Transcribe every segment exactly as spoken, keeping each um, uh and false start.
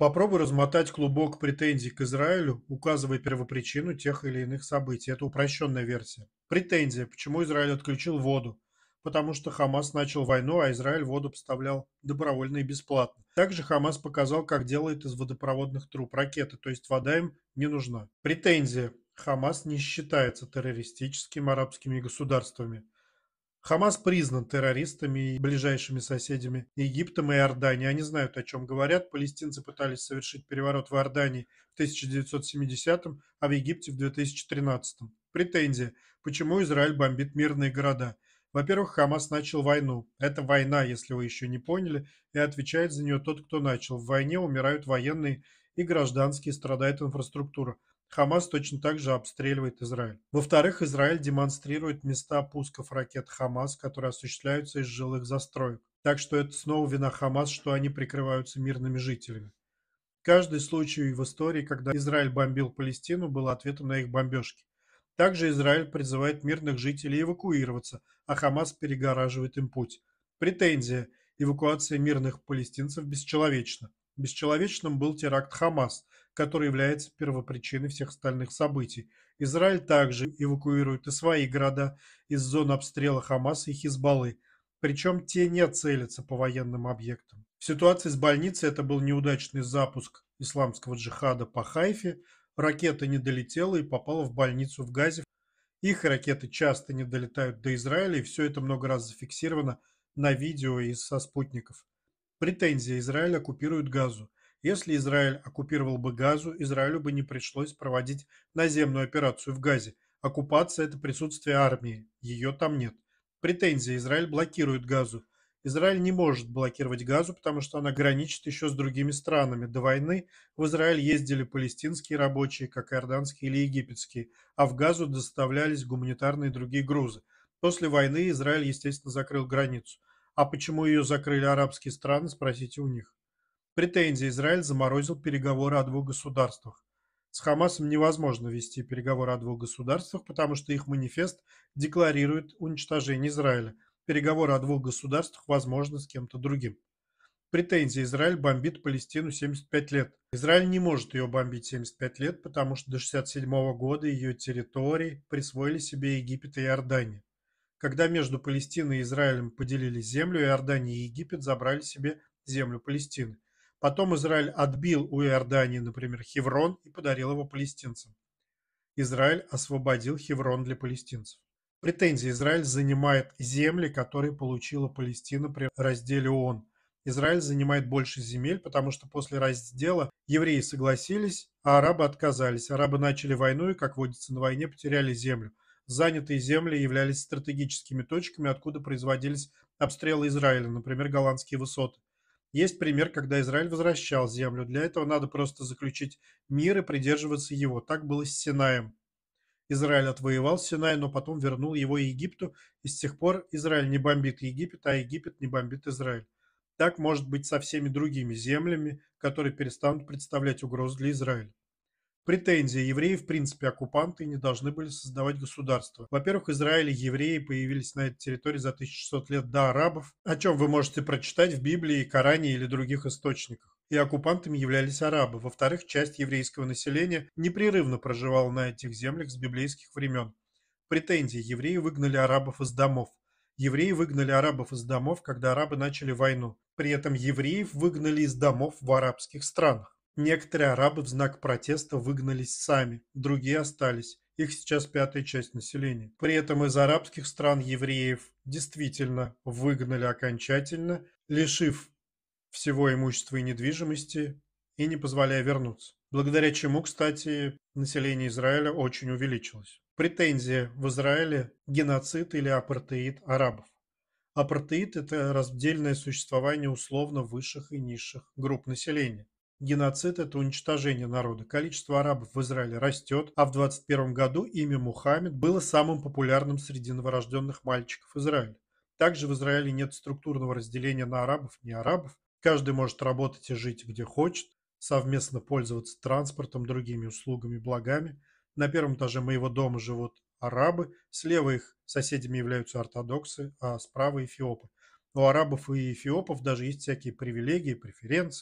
Попробуй размотать клубок претензий к Израилю, указывая первопричину тех или иных событий. Это упрощенная версия. Претензия. Почему Израиль отключил воду? Потому что Хамас начал войну, а Израиль воду поставлял добровольно и бесплатно. Также Хамас показал, как делает из водопроводных труб ракеты, то есть вода им не нужна. Претензия. Хамас не считается террористическими арабскими государствами. Хамас признан террористами и ближайшими соседями Египтом и Иорданией. Они знают, о чем говорят. Палестинцы пытались совершить переворот в Иордании в тысяча девятьсот семидесятом, а в Египте в две тысячи тринадцатом. Претензия. Почему Израиль бомбит мирные города? Во-первых, Хамас начал войну. Это война, если вы еще не поняли, и отвечает за нее тот, кто начал. В войне умирают военные и гражданские, страдает инфраструктура. Хамас точно так же обстреливает Израиль. Во-вторых, Израиль демонстрирует места пусков ракет Хамас, которые осуществляются из жилых застроек. Так что это снова вина Хамас, что они прикрываются мирными жителями. Каждый случай в истории, когда Израиль бомбил Палестину, был ответом на их бомбежки. Также Израиль призывает мирных жителей эвакуироваться, а Хамас перегораживает им путь. Претензия. Эвакуация мирных палестинцев бесчеловечна. Бесчеловечным был теракт Хамас, который является первопричиной всех остальных событий. Израиль также эвакуирует и свои города из зон обстрела Хамаса и Хизбаллы, причем те не целятся по военным объектам. В ситуации с больницей это был неудачный запуск исламского джихада по Хайфе. Ракета не долетела и попала в больницу в Газе. Их ракеты часто не долетают до Израиля, и все это много раз зафиксировано на видео и со спутников. Претензия: Израиль оккупирует Газу. Если Израиль оккупировал бы Газу, Израилю бы не пришлось проводить наземную операцию в Газе. Оккупация – это присутствие армии, ее там нет. Претензия: Израиль блокирует Газу. Израиль не может блокировать Газу, потому что она граничит еще с другими странами. До войны в Израиль ездили палестинские рабочие, как иорданские или египетские, а в Газу доставлялись гуманитарные и другие грузы. После войны Израиль, естественно, закрыл границу. А почему ее закрыли арабские страны, спросите у них. Претензия: Израиль заморозил переговоры о двух государствах. С Хамасом невозможно вести переговоры о двух государствах, потому что их манифест декларирует уничтожение Израиля. Переговоры о двух государствах возможны с кем-то другим. Претензия: Израиль бомбит Палестину семьдесят пять лет. Израиль не может ее бомбить семьдесят пять лет, потому что до шестьдесят седьмого года ее территории присвоили себе Египет и Иордания. Когда между Палестиной и Израилем поделили землю, Иордания и Египет забрали себе землю Палестины. Потом Израиль отбил у Иордании, например, Хеврон и подарил его палестинцам. Израиль освободил Хеврон для палестинцев. Претензия: Израиль занимает земли, которые получила Палестина при разделе ООН. Израиль занимает больше земель, потому что после раздела евреи согласились, а арабы отказались. Арабы начали войну и, как водится на войне, потеряли землю. Занятые земли являлись стратегическими точками, откуда производились обстрелы Израиля, например, Голландские высоты. Есть пример, когда Израиль возвращал землю. Для этого надо просто заключить мир и придерживаться его. Так было с Синаем. Израиль отвоевал Синай, но потом вернул его Египту, и с тех пор Израиль не бомбит Египет, а Египет не бомбит Израиль. Так может быть со всеми другими землями, которые перестанут представлять угрозу для Израиля. Претензия: евреи в принципе оккупанты и не должны были создавать государство. Во-первых, Израиль и евреи появились на этой территории за тысячу шестьсот лет до арабов, о чем вы можете прочитать в Библии, Коране или других источниках. И оккупантами являлись арабы. Во-вторых, часть еврейского населения непрерывно проживала на этих землях с библейских времен. Претензии: евреи выгнали арабов из домов. Евреи выгнали арабов из домов, когда арабы начали войну. При этом евреев выгнали из домов в арабских странах. Некоторые арабы в знак протеста выгнались сами, другие остались. Их сейчас пятая часть населения. При этом из арабских стран евреев действительно выгнали окончательно, лишив всего имущества и недвижимости и не позволяя вернуться. Благодаря чему, кстати, население Израиля очень увеличилось. Претензия: в Израиле геноцид или апартеид арабов. Апартеид – это раздельное существование условно высших и низших групп населения. Геноцид – это уничтожение народа. Количество арабов в Израиле растет, а в двадцать первом году имя Мухаммед было самым популярным среди новорожденных мальчиков Израиля. Также в Израиле нет структурного разделения на арабов и неарабов. Каждый может работать и жить где хочет, совместно пользоваться транспортом, другими услугами и благами. На первом этаже моего дома живут арабы, слева их соседями являются ортодоксы, а справа эфиопы. У арабов и эфиопов даже есть всякие привилегии, преференции.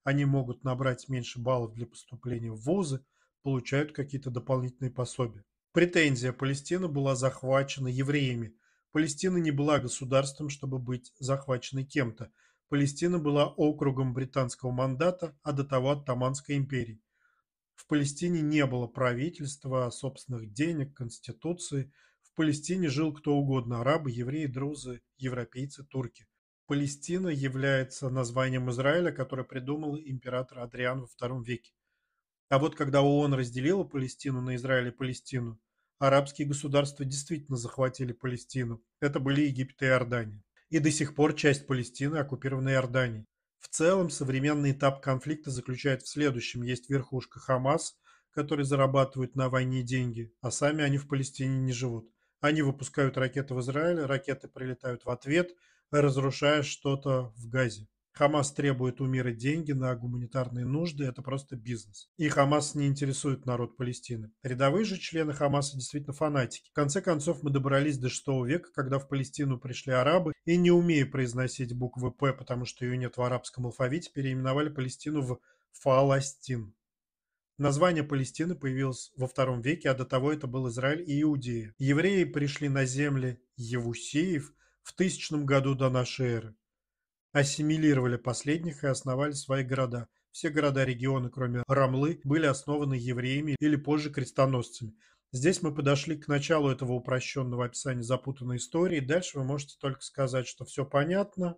они могут набрать меньше баллов для поступления в вузы, получают какие-то дополнительные пособия. Претензия: Палестина была захвачена евреями. Палестина не была государством, чтобы быть захваченной кем-то. Палестина была округом британского мандата, а до того Оттоманской империи. В Палестине не было правительства, собственных денег, конституции. В Палестине жил кто угодно – арабы, евреи, друзы, европейцы, турки. Палестина является названием Израиля, которое придумал император Адриан во втором веке. А вот когда ООН разделила Палестину на Израиль и Палестину, арабские государства действительно захватили Палестину. Это были Египет и Иордания. И до сих пор часть Палестины оккупирована Иорданией. В целом, современный этап конфликта заключается в следующем. Есть верхушка Хамас, которые зарабатывают на войне деньги, а сами они в Палестине не живут. Они выпускают ракеты в Израиль, ракеты прилетают в ответ, разрушая что-то в Газе. Хамас требует у мира деньги на гуманитарные нужды, это просто бизнес. И Хамас не интересует народ Палестины. Рядовые же члены Хамаса действительно фанатики. В конце концов, мы добрались до шестого века, когда в Палестину пришли арабы и, не умея произносить буквы «П», потому что ее нет в арабском алфавите, переименовали Палестину в Фаластин. Название Палестины появилось во втором веке, а до того это был Израиль и Иудея. Евреи пришли на земли Евусеев в тысячном году до нашей эры. Ассимилировали последних и основали свои города. Все города-регионы, кроме Рамлы, были основаны евреями или позже крестоносцами. Здесь мы подошли к началу этого упрощенного описания запутанной истории. Дальше вы можете только сказать, что все понятно.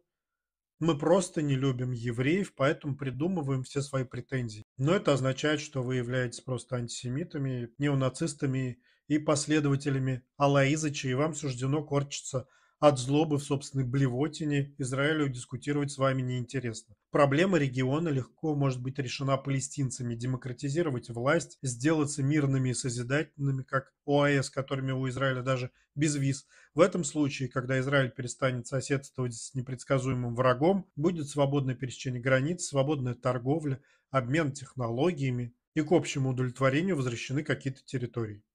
Мы просто не любим евреев, поэтому придумываем все свои претензии. Но это означает, что вы являетесь просто антисемитами, неонацистами и последователями Алаизыча, и вам суждено корчиться от злобы в собственной блевотине. Израилю дискутировать с вами неинтересно. Проблема региона легко может быть решена палестинцами. Демократизировать власть, сделаться мирными и созидательными, как ОАЭ, которыми у Израиля даже без виз. В этом случае, когда Израиль перестанет соседствовать с непредсказуемым врагом, будет свободное пересечение границ, свободная торговля, обмен технологиями, и к общему удовлетворению возвращены какие-то территории.